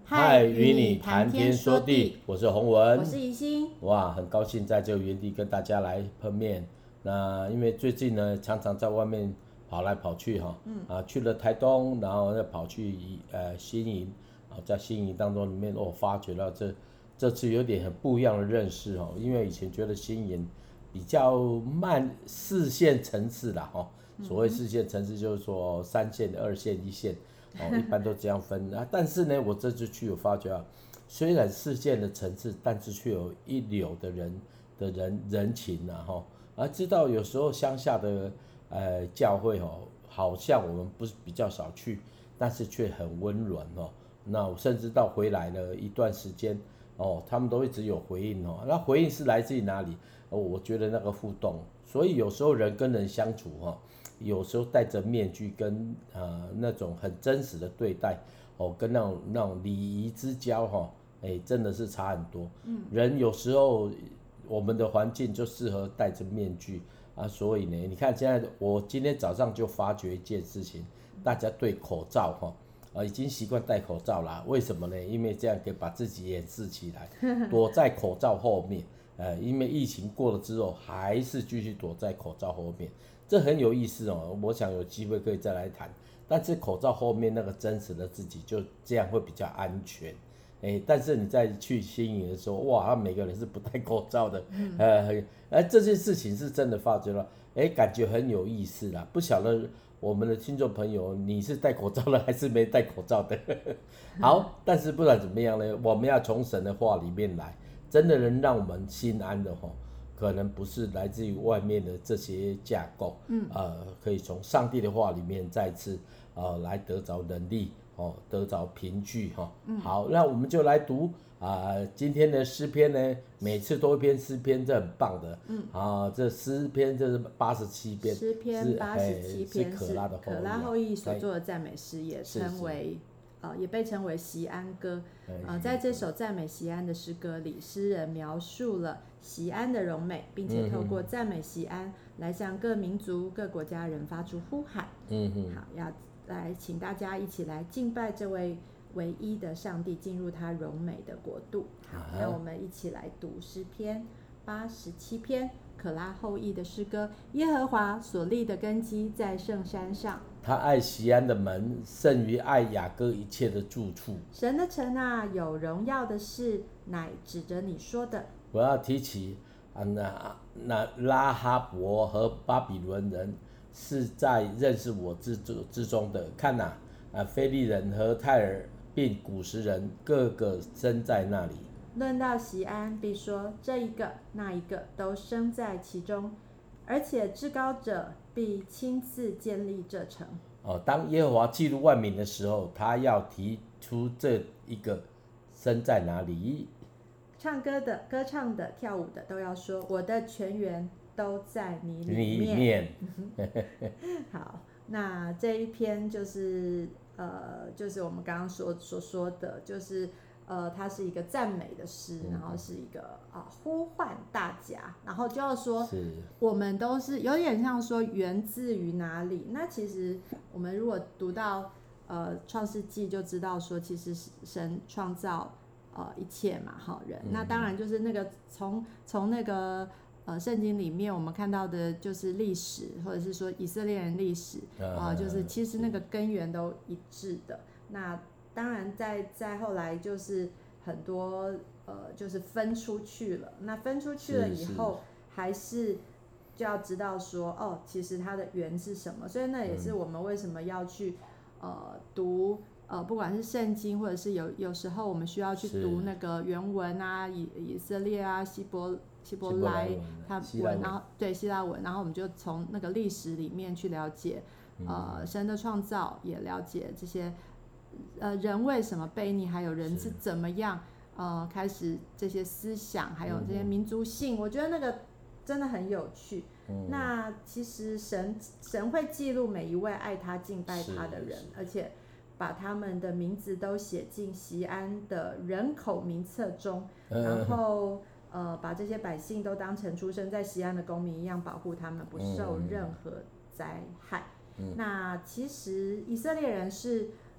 嗨，与你谈天说地，我是洪文， 我是宜兴。 哇，很高兴在这个原地跟大家来碰面。那因为最近呢，常常在外面跑来跑去哈，去了台东，然后再跑去新营，在新营当中里面，我发觉到这次有点很不一样的认识哈，因为以前觉得新营比较慢四线城市啦哈，所谓四线城市就是说三线、二线、一线。一般都这样分啊。但是呢，我这次去有发觉啊，虽然四线的层次，但是却有一流的人情知道有时候乡下的教会好像我们不是比较少去，但是却很温暖那我甚至到回来了一段时间他们都一直有回应那回应是来自于哪里？我觉得那个互动，所以有时候人跟人相处有时候戴着面具跟那种很真实的对待跟那种礼仪之交真的是差很多。人有时候我们的环境就适合戴着面具所以呢，你看现在我今天早上就发觉一件事情，大家对口罩已经习惯戴口罩啦。为什么呢？因为这样可以把自己掩饰起来，躲在口罩后面。因为疫情过了之后，还是继续躲在口罩后面。这很有意思我想有机会可以再来谈。但是口罩后面那个真实的自己，就这样会比较安全。但是你在去新营的时候，哇，他每个人是不戴口罩的，这件事情是真的发觉了，感觉很有意思啦。不晓得我们的听众朋友，你是戴口罩的还是没戴口罩的？好，但是不管怎么样呢，我们要从神的话里面来，真的能让我们心安的可能不是来自于外面的这些架构，可以从上帝的话里面再次来得着能力得着凭据好，那我们就来读今天的诗篇呢，每次都一篇诗篇，这很棒的，这诗篇这是87篇， 诗篇87篇是可拉的后裔所作的赞美诗，也称为也被称为锡安歌。在这首赞美锡安的诗歌里，诗人描述了锡安的荣美，并且透过赞美锡安来向各民族、各国家人发出呼喊。好，要来请大家一起来敬拜这位唯一的上帝，进入他荣美的国度。好，让我们一起来读诗篇87篇，可拉后裔的诗歌。耶和华所立的根基在圣山上， 他爱锡安的门，胜于爱雅各一切的住处。 神的城啊，有荣耀的事，乃指着你说的。 我要提起那拉哈伯和巴比伦人是在认识我之中的。看非利人和泰尔并古时人各个生在那里。 论到锡安，必说这一个那一个都生在其中，而且至高者必亲自建立这城。 当耶和华记录万民的时候，他要提出这一个生在哪里。 唱歌的、歌唱的、跳舞的都要说，我的泉源都在你里面。 好，那这一篇就是我们刚刚所说的，就是它是一个赞美的诗，然后是一个呼唤大家，然后就要说我们都是有点像说源自于哪里。那其实我们如果读到创世纪就知道说，其实神创造一切嘛，人。那当然就是那个从那个圣经里面我们看到的就是历史，或者是说以色列人历史就是其实那个根源都一致的。那当然在后来就是很多就是分出去了。那分出去了以后，还是就要知道说其实它的源是什么。所以那也是我们为什么要去读。不管是圣经，或者是有时候我们需要去读那个原文以色列希伯来他文，然后对希腊文，然后我们就从那个历史里面去了解神的创造，也了解这些人为什么悖逆，还有人是怎么样开始这些思想，还有这些民族性，我觉得那个真的很有趣。那其实神会记录每一位爱他敬拜他的人，而且把他们的名字都写进锡安的人口名册中，然后把这些百姓都当成出生在锡安的公民一样保护他们，不受任何灾害。那其实以色列人是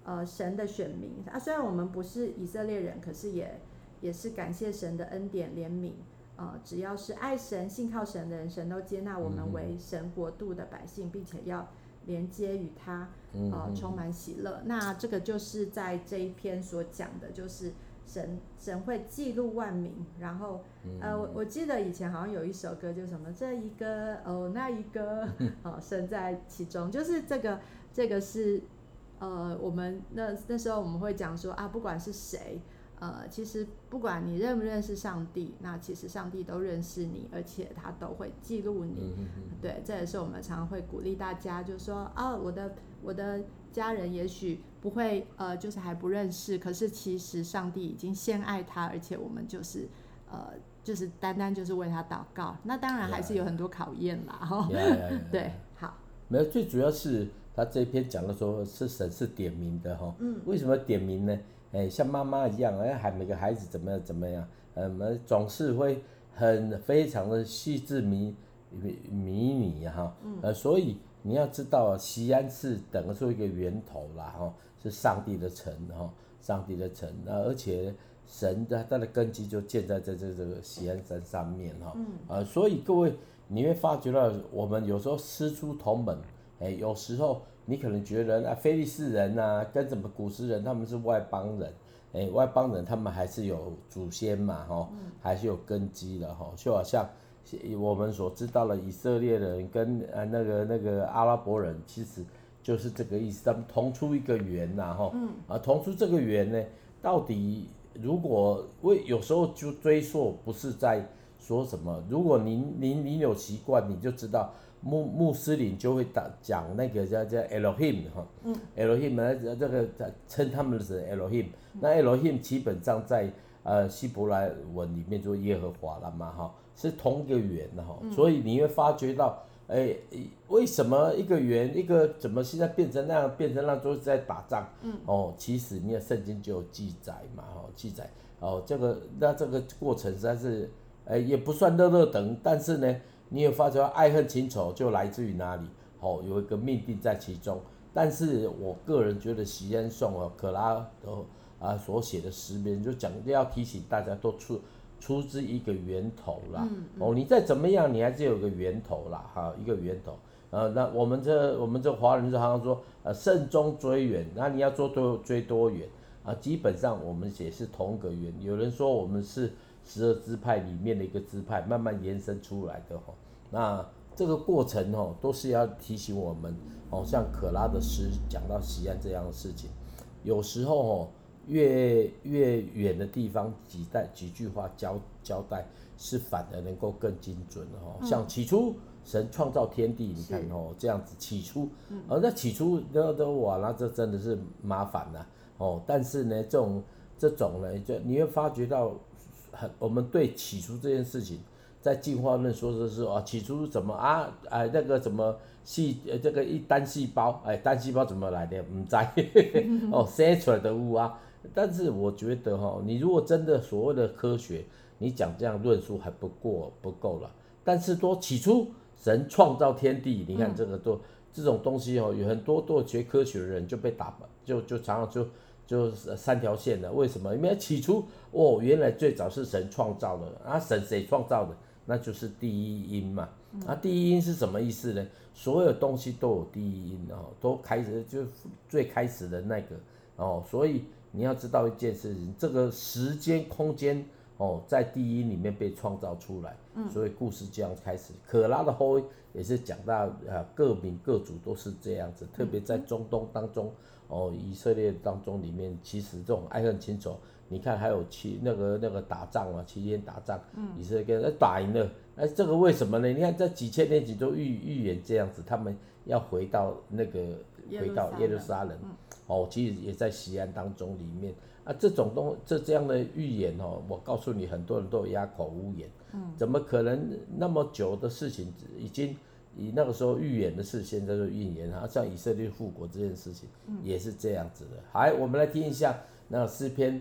神的选民啊。虽然我们不是以色列人，可是也是感谢神的恩典怜悯。只要是爱神、信靠神的人，神都接纳我们为神国度的百姓，并且要连接与他，充满喜乐。那这个就是在这一篇所讲的，就是神会记录万民。然后，我记得以前好像有一首歌，就什么这一个那一个，神在其中。就是这个是我们那时候我们会讲说啊，不管是谁。其实不管你认不认识上帝，那其实上帝都认识你，而且他都会记录你。对，这也是我们常常会鼓励大家，就是说我的家人也许不会就是还不认识，可是其实上帝已经先爱他，而且我们就是单单就是为他祷告。那当然还是有很多考验啦。对，好。 没有，最主要是他这篇讲的说是神是点名的哈。为什么点名呢？像妈妈一样，喊每个孩子怎么样，总是会非常的细致迷你哈。所以你要知道，锡安是等于说一个源头啦哈，是上帝的城哈，上帝的城，而且神它的根基就建在这个锡安山上面哈。所以各位你会发觉到，我们有时候师出同门，有时候。你可能觉得非利士人啊，跟什么古时人他们是外邦人，外邦人他们还是有祖先嘛，还是有根基的哈，就好像我们所知道的以色列人跟那个阿拉伯人，其实就是这个意思，他们同出一个源呐哈，同出这个源呢，到底如果有时候就追溯不是在说什么，如果您有习惯，你就知道。穆斯林就会讲那个叫 Elohim 哈，Elohim 呢这个称他们是 Elohim，那 Elohim 基本上在希伯来文里面就是耶和华了嘛哈，是同一个源的哈，所以你会发觉到，为什么一个怎么现在变成那样都是在打仗？其实你的圣经就有记载嘛记载这个过程实在是也不算热等，但是呢。你有发觉爱恨情仇就来自于哪里？有一个命定在其中。但是我个人觉得锡安颂可拉所写的诗篇就讲要提醒大家都出自一个源头啦。你再怎么样，你还是有个源头啦，一个源头。那我们这华人就好像说慎终追远，那你要追多远基本上我们也是同一个源。有人说我们是12支派里面的一个支派，慢慢延伸出来的那这个过程都是要提醒我们像可拉的诗讲到锡安这样的事情，有时候越远的地方几句话交代，是反而能够更精准的像起初神创造天地，你看这样子起初，那起初那这真的是麻烦啦但是呢这种呢，就你会发觉到。我们对起初这件事情，在进化论说的是起初怎么那个怎么这个单细胞单细胞怎么来的不知生出来的物但是我觉得你如果真的所谓的科学，你讲这样论述还不够了。但是说起初神创造天地，你看这个这种东西有很多学科学的人就被就常常就3条线了，为什么？因为起初原来最早是神创造的神谁创造的？那就是第一因嘛。第一因是什么意思呢？所有东西都有第一因都开始就最开始的那个所以你要知道一件事情，这个时间空间在第一因里面被创造出来，所以故事这样开始。可拉的后裔也是讲到各民各族都是这样子，特别在中东当中。以色列当中里面，其实这种爱恨情仇，你看还有那个打仗7天打仗，以色列跟打赢了，这个为什么呢？你看在几千年前都预言这样子，他们要回到耶路撒冷，其实也在锡安当中里面这样的预言我告诉你，很多人都有哑口无言，怎么可能那么久的事情已经？以那个时候预言的事，现在就预言像以色列复国这件事情，也是这样子的。好，我们来听一下那诗篇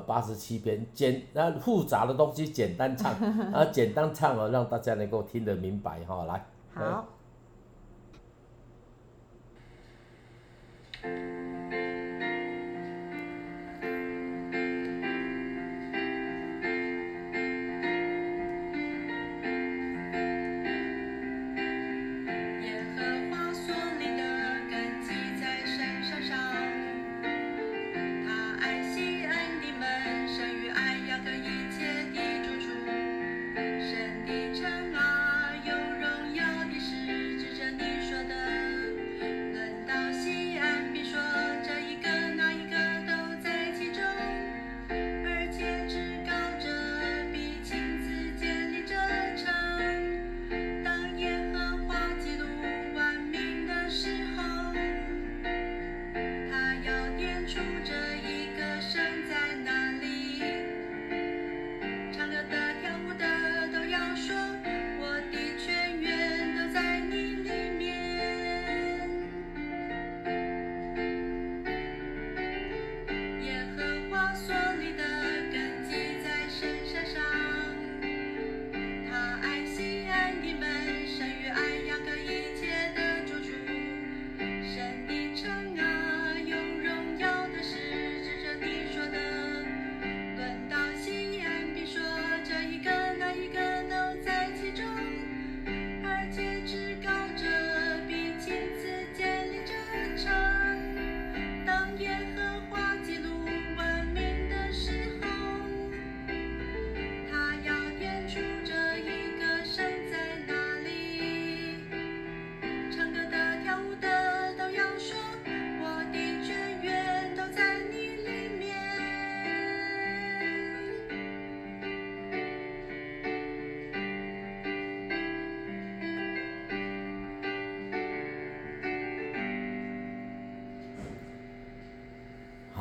87篇，复杂的东西简单唱，简单唱让大家能够听得明白来。 好。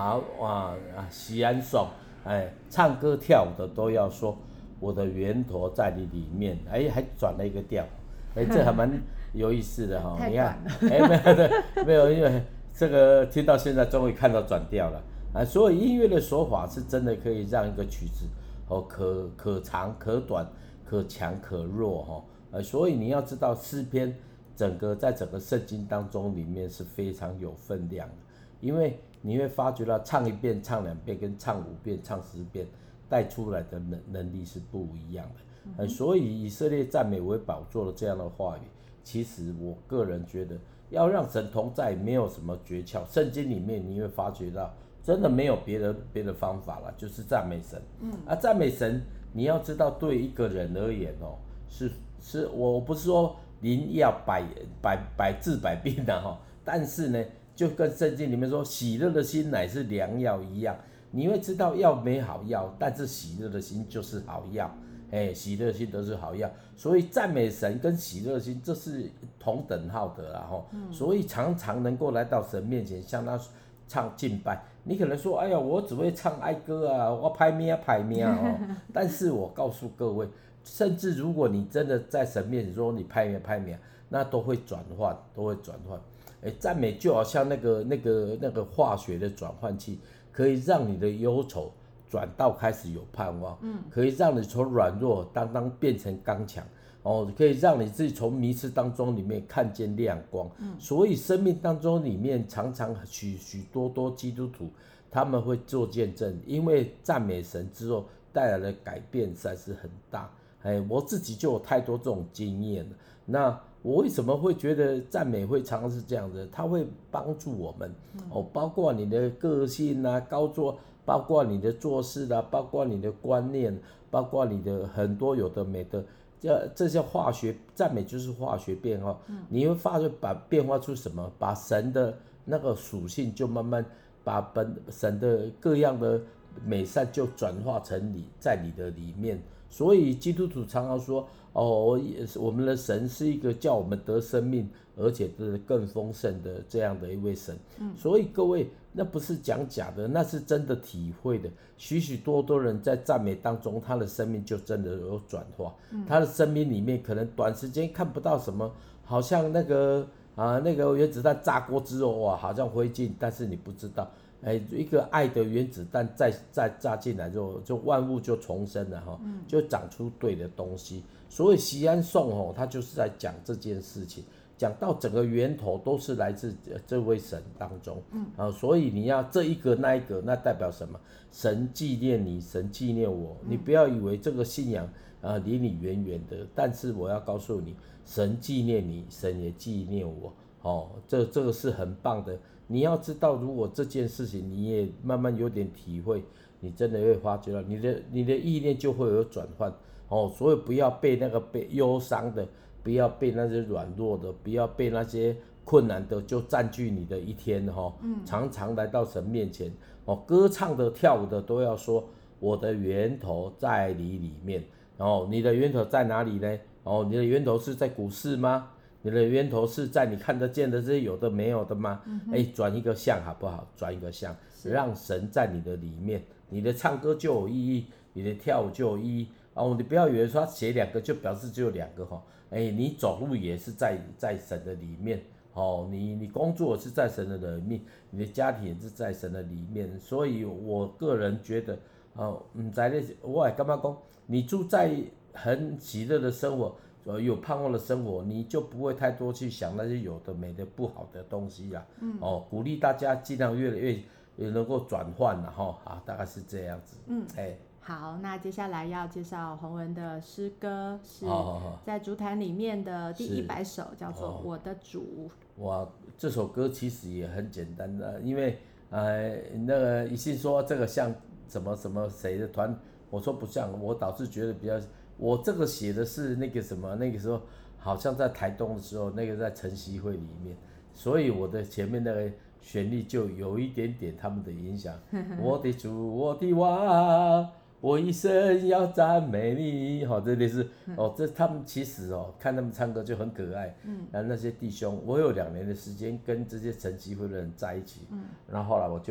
好哇西安颂，唱歌跳舞的都要说我的源头在你里面，还转了一个调，这还蛮有意思的哈。你看，没有，因为这个听到现在终于看到转调了所以音乐的手法是真的可以让一个曲子可长可短，可强可弱所以你要知道诗篇在整个圣经当中里面是非常有分量的，因为你会发觉到唱1遍、唱2遍跟唱5遍、唱10遍带出来的能力是不一样的。所以以色列赞美为宝座的这样的话语，其实我个人觉得要让神同在没有什么诀窍，圣经里面你会发觉到真的没有别的方法了，就是赞美神。赞美神你要知道对一个人而言我不是说您要百治百病但是呢就跟圣经里面说喜乐的心乃是良药一样，你会知道药没好药，但是喜乐的心就是好药，喜乐的心都是好药，所以赞美神跟喜乐的心这是同等号的啦所以常常能够来到神面前向他唱敬拜。你可能说哎呀我只会唱哀歌我拍命但是我告诉各位，甚至如果你真的在神面前说你拍命那都会转换。赞美就好像那个化学的转换器，可以让你的忧愁转到开始有盼望，可以让你从软弱当变成刚强可以让你自己从迷失当中里面看见亮光。所以生命当中里面常常许多基督徒他们会做见证，因为赞美神之后带来的改变实在是很大。我自己就有太多这种经验了。那我为什么会觉得赞美会常常是这样子？它会帮助我们包括你的个性高做，包括你的做事包括你的观念，包括你的很多有的没的，这些化学赞美就是化学变化。你会发觉变化出什么？把神的那个属性就慢慢把神的各样的美善就转化成在你的里面。所以基督徒常常说我们的神是一个叫我们得生命而且得更丰盛的这样的一位神。所以各位那不是讲假的，那是真的体会的。许多人在赞美当中他的生命就真的有转化。他的生命里面可能短时间看不到什么，好像那个原子弹炸锅之后哇好像灰烬，但是你不知道一个爱的原子弹再炸进来之后，就万物就重生了就长出对的东西。所以西安颂它就是在讲这件事情，讲到整个源头都是来自这位神当中所以你要这一个那一个，那代表什么？神纪念你，神纪念我。你不要以为这个信仰离你远远的，但是我要告诉你，神纪念你，神也纪念我这个是很棒的。你要知道，如果这件事情你也慢慢有点体会，你真的会发觉到你的意念就会有转换所以不要被忧伤的，不要被那些软弱的，不要被那些困难的就占据你的一天常常来到神面前歌唱的跳舞的都要说我的源头在你里面你的源头在哪里呢？你的源头是在股市吗？你的源头是在你看得见的这些有的没有的吗？转一个向好不好？转一个向，让神在你的里面，你的唱歌就有意义，你的跳舞就有意义你不要以为说写2个就表示只有2个你走路也是在神的里面你工作是在神的里面，你的家庭也是在神的里面。所以我个人觉得我也干嘛说你住在很喜乐的生活，有盼望的生活，你就不会太多去想那些有的没的不好的东西啦鼓励大家尽量越来越能够转换大概是这样子好，那接下来要介绍洪文的诗歌，是在主坛里面的第100首，叫做《我的主》。 哇，这首歌其实也很简单的，因为那个一信说这个像什么什么谁的团，我说不像，我倒是觉得比较，我这个写的是那个什么，那个时候好像在台东的时候，那个在晨曦会里面，所以我的前面那个旋律就有一点点他们的影响。我的主，我的王，我一生要赞美你，这类似这他们其实看他们唱歌就很可爱。那些弟兄，我有2年的时间跟这些晨曦会的人在一起。然后后来我就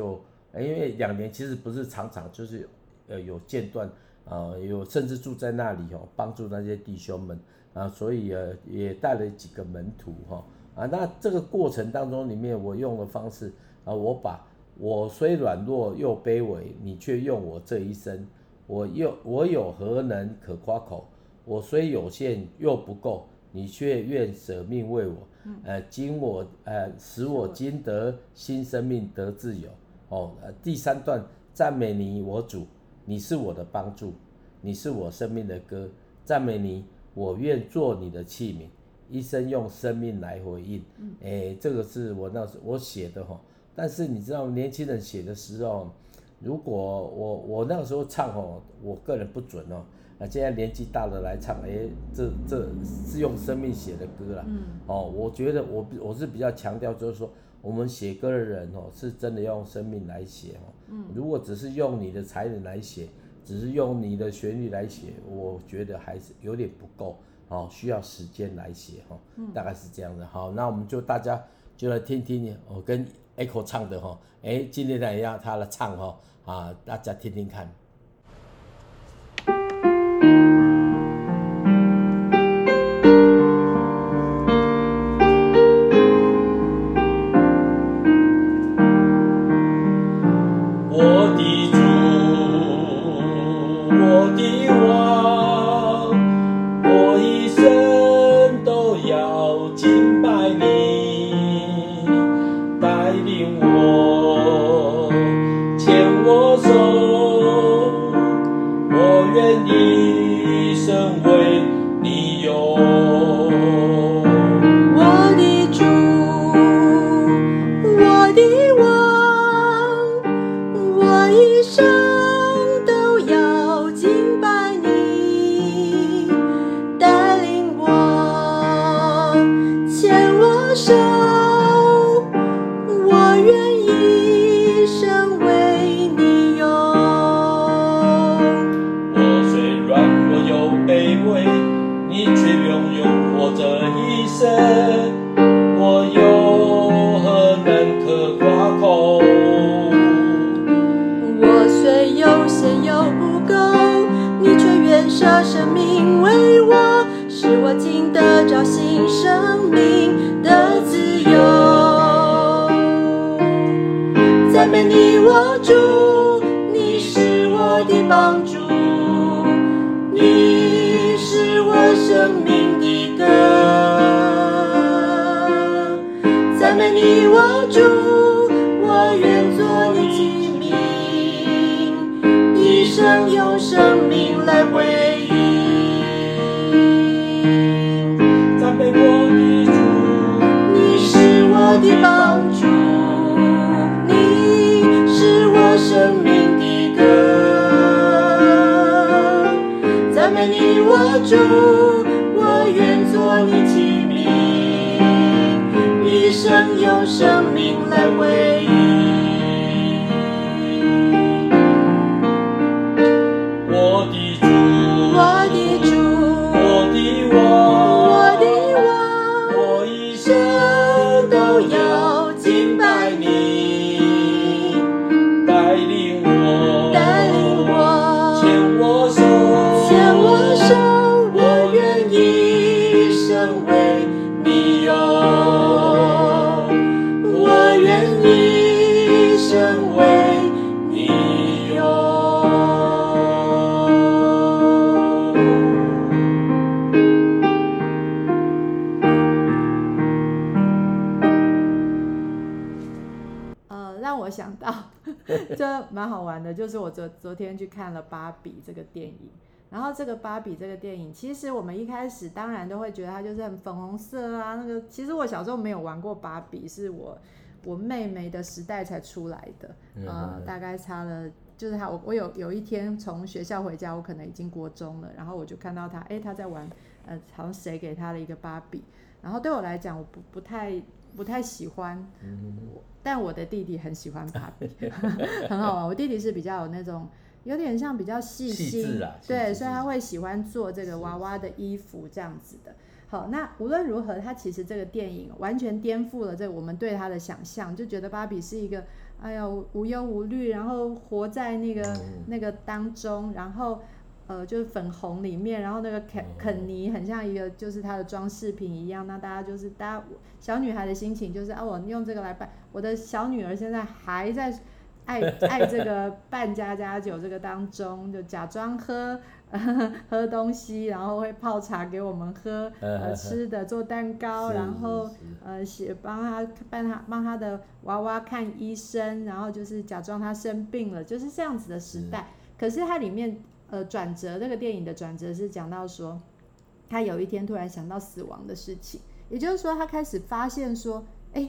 因为2年其实不是常常就是有间断有甚至住在那里帮助那些弟兄们所以也带了几个门徒那这个过程当中里面我用的方式我把我虽软弱又卑微，你却用我这一生，我有何能可夸口？我虽有限又不够，你却愿舍命为我。使我今得新生命得自由。第3段赞美你我主，你是我的帮助，你是我生命的歌，赞美你，我愿做你的器皿，一生用生命来回应。这个是我写的但是你知道年轻人写的时候，如果我那个时候唱我个人不准现在年纪大了来唱，这是用生命写的歌啦。我觉得我是比较强调，就是说我们写歌的人是真的要用生命来写如果只是用你的才能来写，只是用你的旋律来写，我觉得还是有点不够需要时间来写大概是这样的。好，那我们大家就来听听我跟 Echo 唱的今天来让他来唱大家听听看。 想到这蛮好玩的，就是我昨天去看了芭比这个电影，然后这个芭比这个电影，其实我们一开始当然都会觉得它就是很粉红色那个其实我小时候没有玩过芭比，是我妹妹的时代才出来的，大概差了，就是我有一天从学校回家，我可能已经国中了，然后我就看到她在玩，好像谁给她的一个芭比，然后对我来讲我不太喜欢，但我的弟弟很喜欢芭比，很好玩。我弟弟是比较有那种有点像比较细心，对，所以他会喜欢做这个娃娃的衣服这样子的。好，那无论如何，他其实这个电影完全颠覆了我们对他的想象，就觉得芭比是一个哎呀无忧无虑，然后活在那个当中，然后就是粉红里面，然后那个肯尼很像一个就是它的装饰品一样，那大家小女孩的心情就是我用这个来扮，我的小女儿现在还在爱这个扮家家酒这个当中，就假装喝东西，然后会泡茶给我们喝，吃的做蛋糕，然后帮他的娃娃看医生，然后就是假装他生病了，就是这样子的时代。可是它里面转折，这个电影的转折是讲到说，他有一天突然想到死亡的事情，也就是说他开始发现说，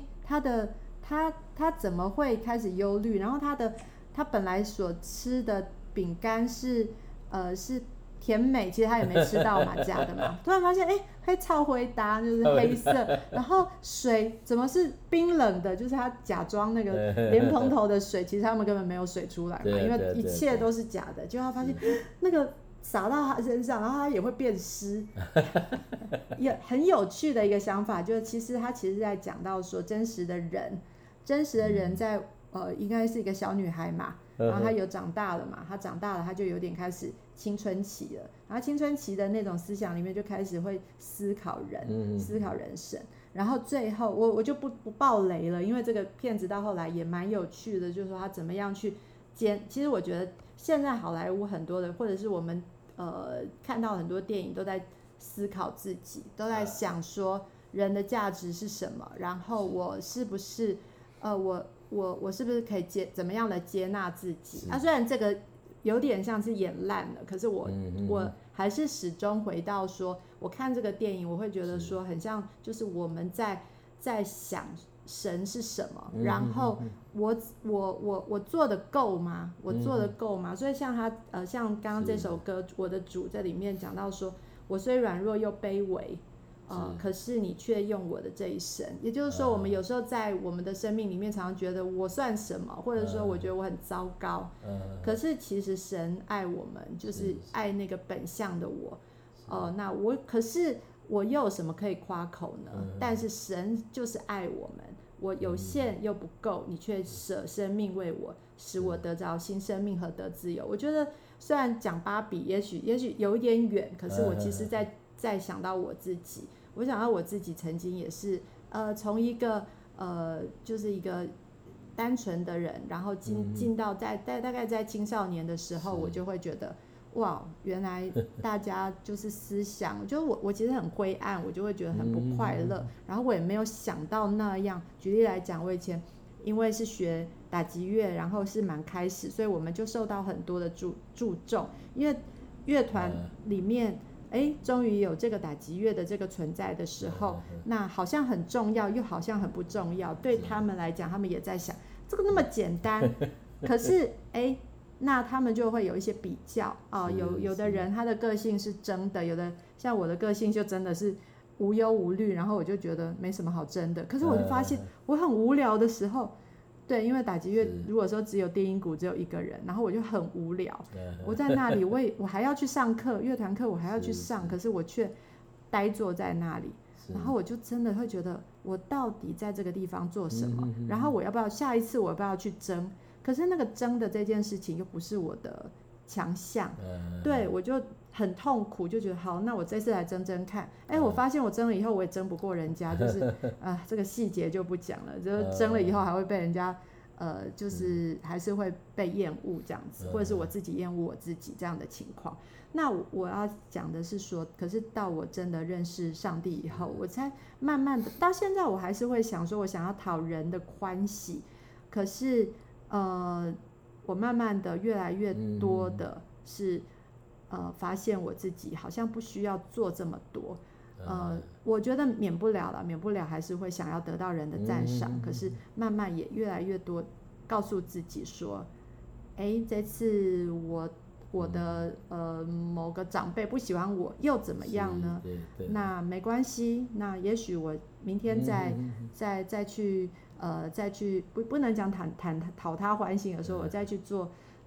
他怎么会开始忧虑？然后他本来所吃的饼干是甜美，其实他也没吃到嘛，假的嘛。突然发现，黑超回答就是黑色，然后水怎么是冰冷的？就是他假装那个莲蓬头的水，其实他们根本没有水出来嘛，因为一切都是假的。结果他发现那个洒到他身上，然后他也会变湿，也很有趣的一个想法，就是其实在讲到说真实的人在应该是一个小女孩嘛，然后她有长大了嘛，她长大了，她就有点开始青春期了，然后青春期的那种思想里面就开始会思考思考人生，然后最后我就不爆雷了，因为这个片子到后来也蛮有趣的，就是说他怎么样去其实我觉得现在好莱坞很多的，或者是我们看到很多电影都在思考自己，都在想说人的价值是什么，然后我是不是我是不是可以怎么样的接纳自己？虽然这个有点像是演烂了，可是我还是始终回到说，我看这个电影，我会觉得说很像，就是我们在想神是什么，然后我做的够吗？我做的够吗？所以像像刚刚这首歌《我的主》这里面讲到说，我虽软弱又卑微。可是你却用我的这一生，也就是说，我们有时候在我们的生命里面，常常觉得我算什么，或者说我觉得我很糟糕。可是其实神爱我们，就是爱那个本相的我。那可是我又有什么可以夸口呢？但是神就是爱我们，我有限又不够，你却舍生命为我，使我得着新生命和得自由。我觉得虽然讲芭比，也许有一点远，可是我其实在想到我自己。我想到我自己曾经也是，从一个就是一个单纯的人，然后进到大概在青少年的时候，我就会觉得，哇，原来大家就是思想，就我其实很灰暗，我就会觉得很不快乐，然后我也没有想到那样。举例来讲，我以前因为是学打击乐，然后是蛮开始，所以我们就受到很多的注重，因为乐团里面。终于有这个打击乐的这个存在的时候，那好像很重要，又好像很不重要。对他们来讲，他们也在想，这个那么简单，可是那他们就会有一些比较有的人他的个性是争的，有的像我的个性就真的是无忧无虑，然后我就觉得没什么好争的。可是我就发现，我很无聊的时候。对，因为打击乐如果说只有低音鼓只有一个人，然后我就很无聊，我在那里我还要去上课，乐团课我还要去上，可是我却呆坐在那里，然后我就真的会觉得我到底在这个地方做什么，然后我要不要下一次我要不要去争，可是那个争的这件事情又不是我的强项，对，我就很痛苦，就觉得好，那我这次来争争看。我发现我争了以后我也争不过人家，就是这个细节就不讲了，就是争了以后还会被人家就是还是会被厌恶这样子，或者是我自己厌恶我自己这样的情况。那我要讲的是说，可是到我真的认识上帝以后，我才慢慢的到现在我还是会想说我想要讨人的欢喜，可是我慢慢的越来越多的是发现我自己好像不需要做这么多，我觉得免不了还是会想要得到人的赞赏，可是慢慢也越来越多告诉自己说，这次我的某个长辈不喜欢我又怎么样呢？那没关系，那也许我明天再去不能讲讨他欢心的时候，我再去做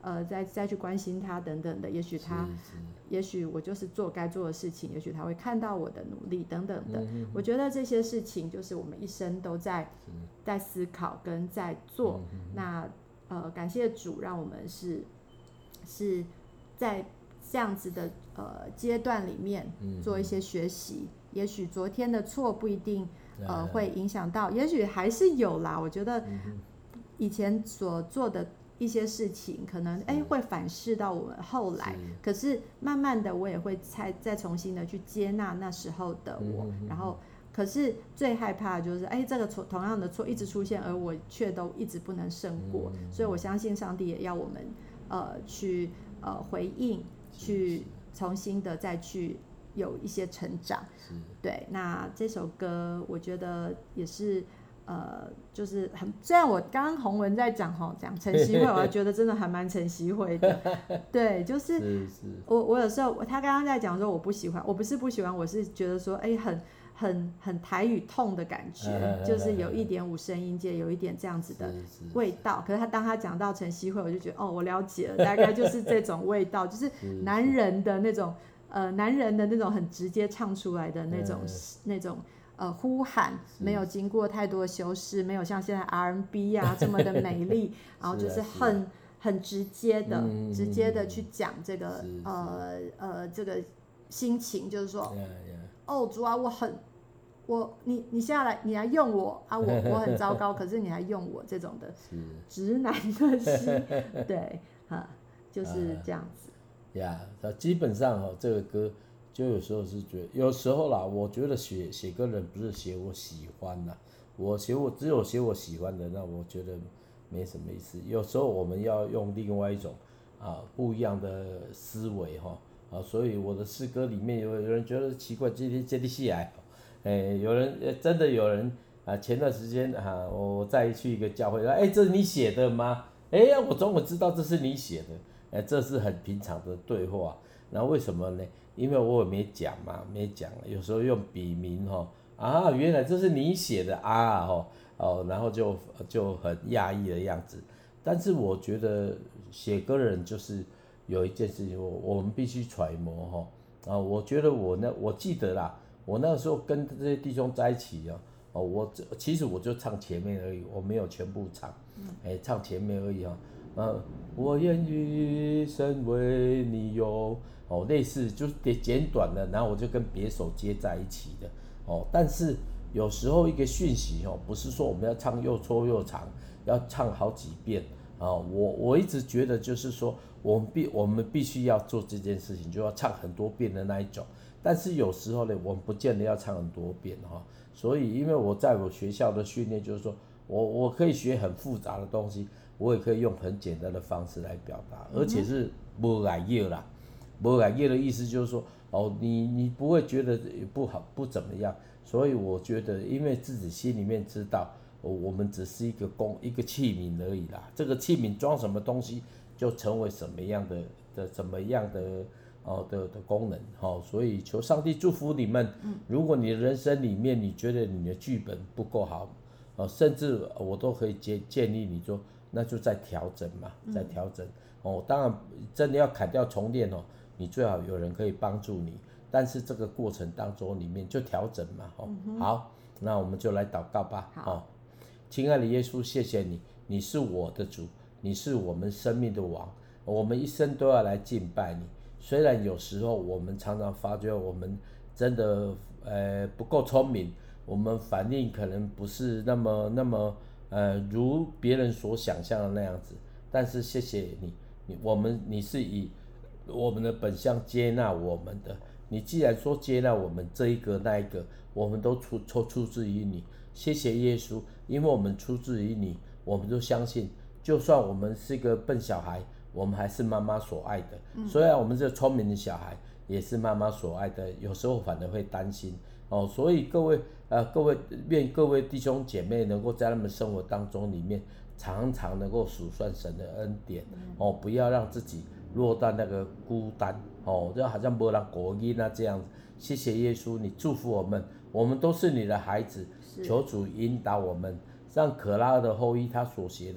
再去关心他等等的，也许我就是做该做的事情，也许他会看到我的努力等等的。我觉得这些事情就是我们一生都在思考跟在做。那感谢主，让我们是在这样子的阶段里面做一些学习。也许昨天的错不一定会影响到，也许还是有啦。我觉得以前所做的一些事情，可能会反噬到我们后来。可是慢慢的，我也会再重新的去接纳那时候的我。然后，可是最害怕的就是这个错，同样的错一直出现，而我却都一直不能胜过。所以我相信上帝也要我们去回应，去重新的再去有一些成长。对，那这首歌我觉得也是就是虽然我刚刚洪文在讲晨曦会，我觉得真的还蛮晨曦会的。对，就是我有时候他刚刚在讲说我不喜欢，我不是不喜欢，我是觉得说很台语痛的感觉，就是有一点五声音阶，有一点这样子的味道。可是当他讲到晨曦会，我就觉得我了解了，大概就是这种味道，就是男人的那种很直接唱出来的那种呼喊，没有经过太多的修饰，没有像现在 R&B 这么的美丽，然后就是很直接的去讲这个这个心情，就是说主啊，你现在来用我啊，我很糟糕，可是你来用我，这种的直男的心，对，就是这样子。 基本上这个歌就有时候是觉得，有时候啦，我觉得写歌人不是写我喜欢啦，只有写我喜欢的，那我觉得没什么意思。有时候我们要用另外一种不一样的思维所以我的诗歌里面有人觉得奇怪，这里戏来，真的有人前段时间我再去一个教会，这是你写的吗？我总知道这是你写的，这是很平常的对话。那为什么呢？因为我也没讲，有时候用笔名原来这是你写的然后就很讶异的样子。但是我觉得写歌的人就是有一件事情，我们必须揣摩我觉得我记得啦，我那个时候跟这些弟兄在一起其实我就唱前面而已，我没有全部唱，唱前面而已我愿余生为你用类似就是简短的，然后我就跟别首接在一起的但是有时候一个讯息不是说我们要唱又粗又长，要唱好几遍我一直觉得就是说我们必须要做这件事情，就要唱很多遍的那一种。但是有时候呢，我们不见得要唱很多遍所以因为我在我学校的训练就是说我可以学很复杂的东西，我也可以用很简单的方式来表达，而且是不改业啦。不改业的意思就是说你不会觉得不好不怎么样。所以我觉得因为自己心里面知道我们只是一个器皿而已啦，这个器皿装什么东西就成为什么样的功能所以求上帝祝福你们。如果你的人生里面你觉得你的剧本不够好甚至我都可以建议你说，那就再调整嘛，再调整当然真的要砍掉重练你最好有人可以帮助你，但是这个过程当中里面就调整嘛好，那我们就来祷告吧亲爱的耶稣，谢谢你，你是我的主，你是我们生命的王，我们一生都要来敬拜你。虽然有时候我们常常发觉我们真的不够聪明，我们反应可能不是那么如别人所想象的那样子，但是谢谢你是以我们的本相接纳我们的。你既然说接纳我们这一个那一个，我们都出自于你。谢谢耶稣，因为我们出自于你，我们就相信，就算我们是一个笨小孩，我们还是妈妈所爱的。虽然我们是聪明的小孩，也是妈妈所爱的，有时候反而会担心所以各位愿各位弟兄姐妹能够在他们生活当中里面，常常能够数算神的恩典不要让自己落到那个孤单就好像没人顾囡仔这样子。谢谢耶稣，你祝福我们，我们都是你的孩子，求主引导我们，让可拉的后裔他所写的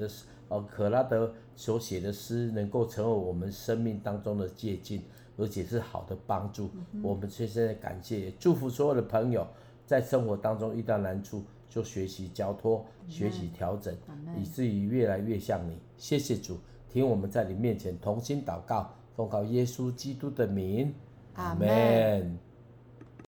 可拉德所写的诗能够成为我们生命当中的借鉴，而且是好的帮助。我们现在感谢，也祝福所有的朋友，在生活当中遇到难处，就学习交托，学习调整，以至于越来越像你。谢谢主，听我们在你面前同心祷告，奉靠耶稣基督的名，阿们。